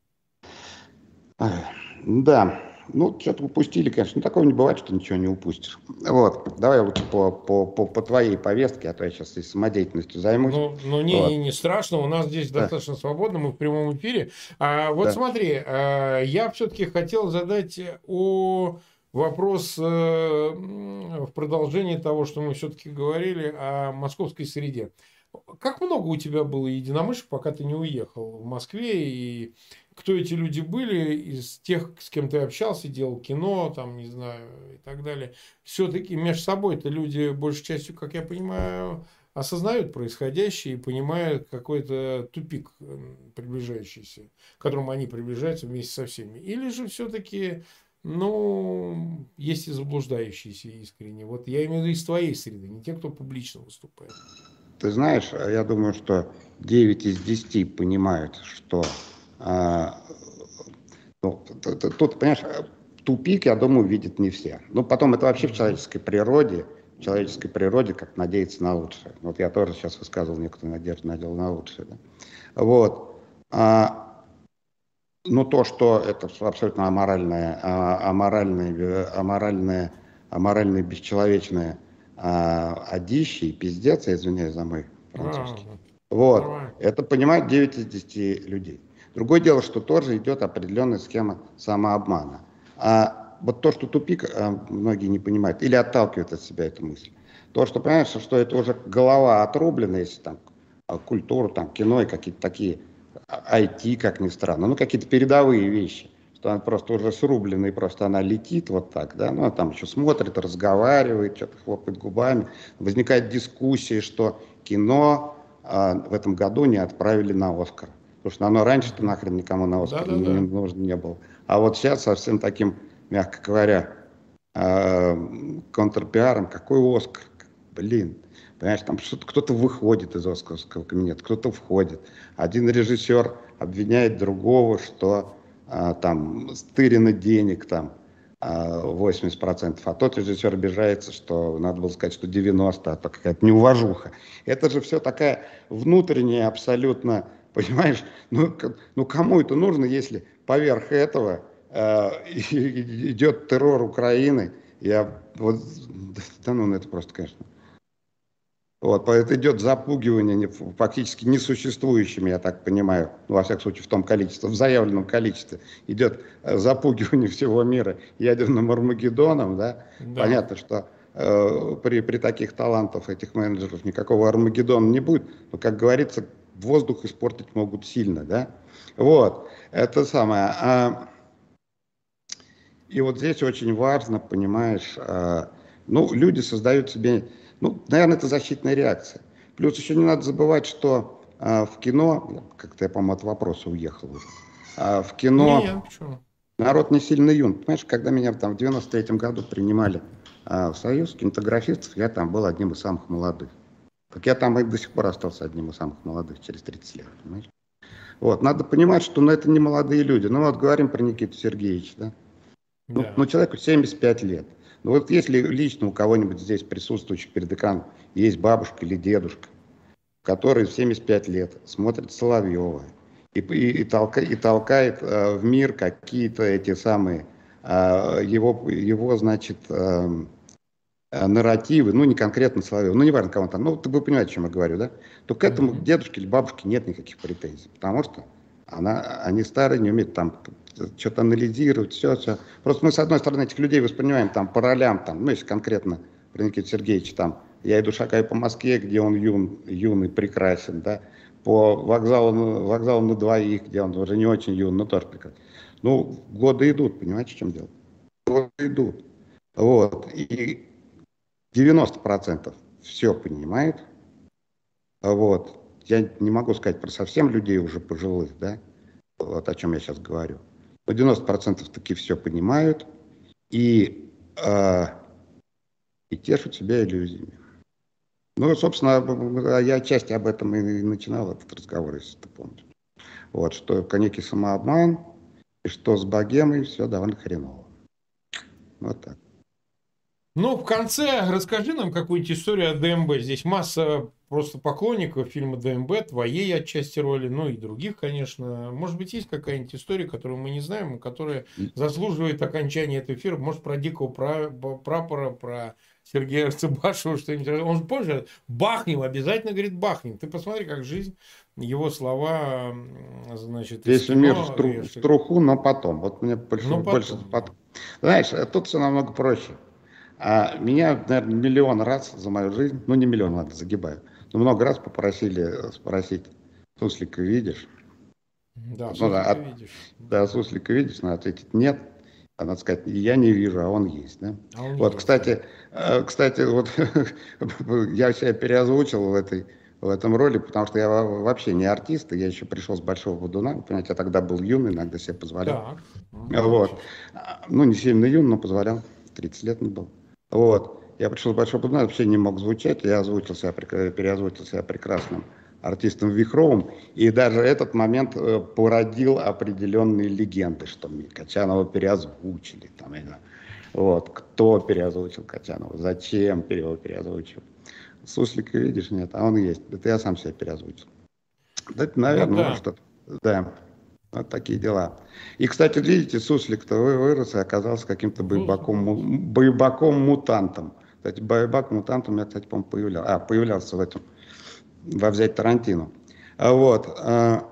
Ай, Да, ну, что-то упустили, конечно. Ну, такого не бывает, что ничего не упустишь. Вот, давай лучше по, по, по, по твоей повестке, а то я сейчас и самодеятельностью займусь. Ну, ну не, не, Вот, не страшно, у нас здесь да, достаточно свободно, мы в прямом эфире. А, вот да. смотри, а, я все-таки хотел задать о вопрос э, м, в продолжении того, что мы все-таки говорили о московской среде. Как много у тебя было единомышленников, пока ты не уехал в Москве, и кто эти люди были из тех, с кем ты общался, делал кино, там, не знаю, и так далее. Все-таки между собой-то люди, большей частью, как я понимаю, осознают происходящее и понимают какой-то тупик м, приближающийся, к которому они приближаются вместе со всеми. Или же все-таки, ну, есть и заблуждающиеся искренне. Вот я имею в виду из твоей среды, не те, кто публично выступает. Ты знаешь, я думаю, что девять из десяти понимают, что а, ну, т- т- тут, понимаешь, тупик, я думаю, видят не все. Ну, потом это вообще в Мгм. человеческой природе, в человеческой природе, как надеяться на лучшее. Вот я тоже сейчас высказывал некоторую надежду, надел на лучшее. Да? Вот. А, ну, то, что это абсолютно аморальное, а, аморальное, э, аморальное, аморальное, бесчеловечное а, одище и пиздец, я извиняюсь за мой А, французский. Вот. нормально. Это понимает девять из десяти людей. Другое дело, что тоже идет определенная схема самообмана. А вот то, что тупик, а, многие не понимают или отталкивают от себя эту мысль. То, что, понимаешь, что это уже голова отрублена, если там а, культуру, там, кино и какие-то такие ай ти, как ни странно, ну, какие-то передовые вещи, что она просто уже срублена, и просто она летит вот так, да, ну, она там еще смотрит, разговаривает, что-то хлопает губами, возникает дискуссия, что кино а, в этом году не отправили на Оскар, потому что оно раньше-то Мгм. нахрен никому на Оскар не, не Да-да-да. нужно не было, а вот сейчас совсем таким, мягко говоря, а, контрпиаром, какой Оскар, блин, понимаешь, там что-то кто-то выходит из Оскарского кабинета, кто-то входит. Один режиссер обвиняет другого, что а, там стырено денег там а, восемьдесят процентов, а тот режиссер обижается, что надо было сказать, что девяносто, а то какая-то неуважуха. Это же все такая внутренняя абсолютно, понимаешь, ну, ну кому это нужно, если поверх этого э, идет террор Украины? Я вот, да ну, это просто, конечно. Вот, это идет запугивание не- фактически несуществующими, я так понимаю, ну, во всяком случае, в том количестве, в заявленном количестве, идет э, запугивание всего мира ядерным Армагеддоном, да. Да. Понятно, что э, при, при таких талантах этих менеджеров никакого Армагеддона не будет, но, как говорится, воздух испортить могут сильно, да. Вот, это самое. А, и вот здесь очень важно, понимаешь, а, ну, люди создают себе, ну, наверное, это защитная реакция. Плюс еще не надо забывать, что а, в кино, как-то я, по-моему, от вопроса уехал уже, а, в Не, кино почему? народ не сильно юн. Понимаешь, когда меня там в девяносто третьем году принимали а, в Союз кинематографистов, я там был одним из самых молодых. Так я там и до сих пор остался одним из самых молодых через тридцать лет, понимаешь? Вот, надо понимать, что ну, это не молодые люди. Ну вот говорим про Никиту Сергеевича, да? Ну, ну, Да. человеку семьдесят пять лет. Ну, вот если лично у кого-нибудь здесь присутствующих перед экраном есть бабушка или дедушка, который в семьдесят пять лет смотрит Соловьева и, и, и, толка, и толкает э, в мир какие-то эти самые э, его, его, значит, э, э, нарративы, ну, не конкретно Соловьева, ну, не важно, кого там, ну, ты вы понимаете, о чем я говорю, да? То к этому Мгм. дедушке или бабушке нет никаких претензий, потому что она, они старые, не умеют там что-то анализировать, все, все. Просто мы, с одной стороны, этих людей воспринимаем там по ролям, там, ну, если конкретно про Никита Сергеевича, там, я иду шагаю по Москве, где он юн, юный, прекрасен, да, по вокзалу, вокзалу на двоих, где он уже не очень юн, но тоже прекрасен. Ну, годы идут, понимаете, в чем дело? Годы идут. Вот. И девяносто процентов все понимают. Вот. Я не могу сказать про совсем людей уже пожилых, да, вот о чем я сейчас говорю. Но девяносто процентов таки все понимают и, э, и тешат себя иллюзиями. Ну, собственно, я отчасти об этом и начинал этот разговор, если ты помнишь. Вот, что некий самообман, и что с богемой все довольно хреново. Вот так. Ну, в конце расскажи нам какую-нибудь историю о ДМБ. Здесь масса просто поклонников фильма ДМБ, твоей отчасти роли, ну и других, конечно. Может быть, есть какая-нибудь история, которую мы не знаем, которая заслуживает окончания этого эфира? Может, про Дикого пра- Прапора, про Сергея Арцебашева, что-нибудь. Он же позже бахнем, обязательно говорит бахнем. Ты посмотри, как жизнь, его слова, м, значит, из Весь мир в, кино. тру- и в что- труху, но потом. Вот мне больше, Ну, больше потом, да. потом. Знаешь, э, тут все намного проще. А меня, наверное, миллион раз за мою жизнь, ну не миллион, ладно, загибаю, но много раз попросили э, спросить, суслика видишь? Да, Ну да, суслика от- видишь. да, Да. суслика видишь, надо ответить нет. А надо сказать, я не вижу, а он есть, да? А он Вот, есть, да. кстати, э, кстати, вот я себя переозвучил в этой в этом роли, потому что я во- вообще не артист, и я еще пришел с Большого Водуна, вы понимаете, я тогда был юный, иногда себе позволял. Так. М, Вот. А, Ну, не сильно юный, но позволял, тридцать лет мне было. Вот. Я пришел с Большого Водуна, вообще не мог звучать, я озвучил себя, прек- переозвучил себя прекрасным артистом Вихровым, и даже этот момент э, породил определенные легенды, что мне Качанова переозвучили, там, я не знаю. Вот, кто переозвучил Качанова, зачем его переозвучил. Суслика видишь, нет, а он есть. Это я сам себя переозвучил. Да, это, Ну наверное, да. может, это, да, вот такие дела. И, кстати, видите, Суслик-то вы- вырос и оказался каким-то Вырос, боевиком, вырос. му- боевиком-мутантом. Кстати, боевик-мутантом я, кстати, по-моему, появлялся, а, появлялся в этом, во «Взять Тарантино». А вот, а,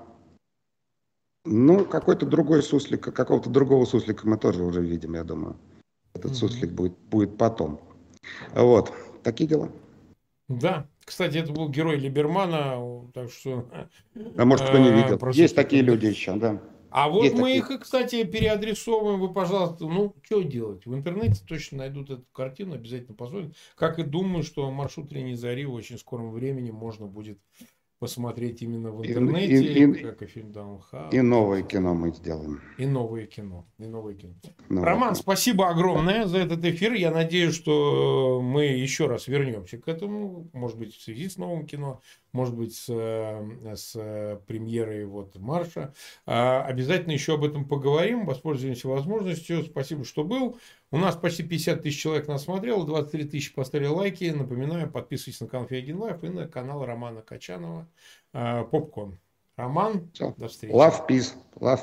ну, какой-то другой суслик, какого-то другого суслика мы тоже уже видим, я думаю. Этот Мгм. суслик будет, будет потом. А вот, такие дела. Да. Кстати, это был герой Либермана, о, так что А может, кто не э, видел. про Есть суслика. такие Да. люди еще, да. А вот Есть мы такие. их, кстати, переадресовываем. Вы, пожалуйста, ну, что делать? В интернете точно найдут эту картину, обязательно посмотрят. Как и думаю, что маршрут Лени Зари в очень скором времени можно будет посмотреть именно в И, и, интернете, и, как и фильм и Даунхаус и новое все кино остальное. мы сделаем. И новое кино. И новое кино. Новое Роман, кино. спасибо Да. огромное за этот эфир. Я надеюсь, что мы еще раз вернемся к этому. Может быть, в связи с новым кино, может быть, с, э, с э, премьерой вот Марша. А, Обязательно еще об этом поговорим. Воспользуемся возможностью. Спасибо, что был. У нас почти пятьдесят тысяч человек нас смотрело, двадцать три тысячи поставили лайки. Напоминаю, подписывайтесь на канал Фейгин Лайф и на канал Романа Качанова а, Попкорн. Роман, Все. до встречи. Love, peace. Love.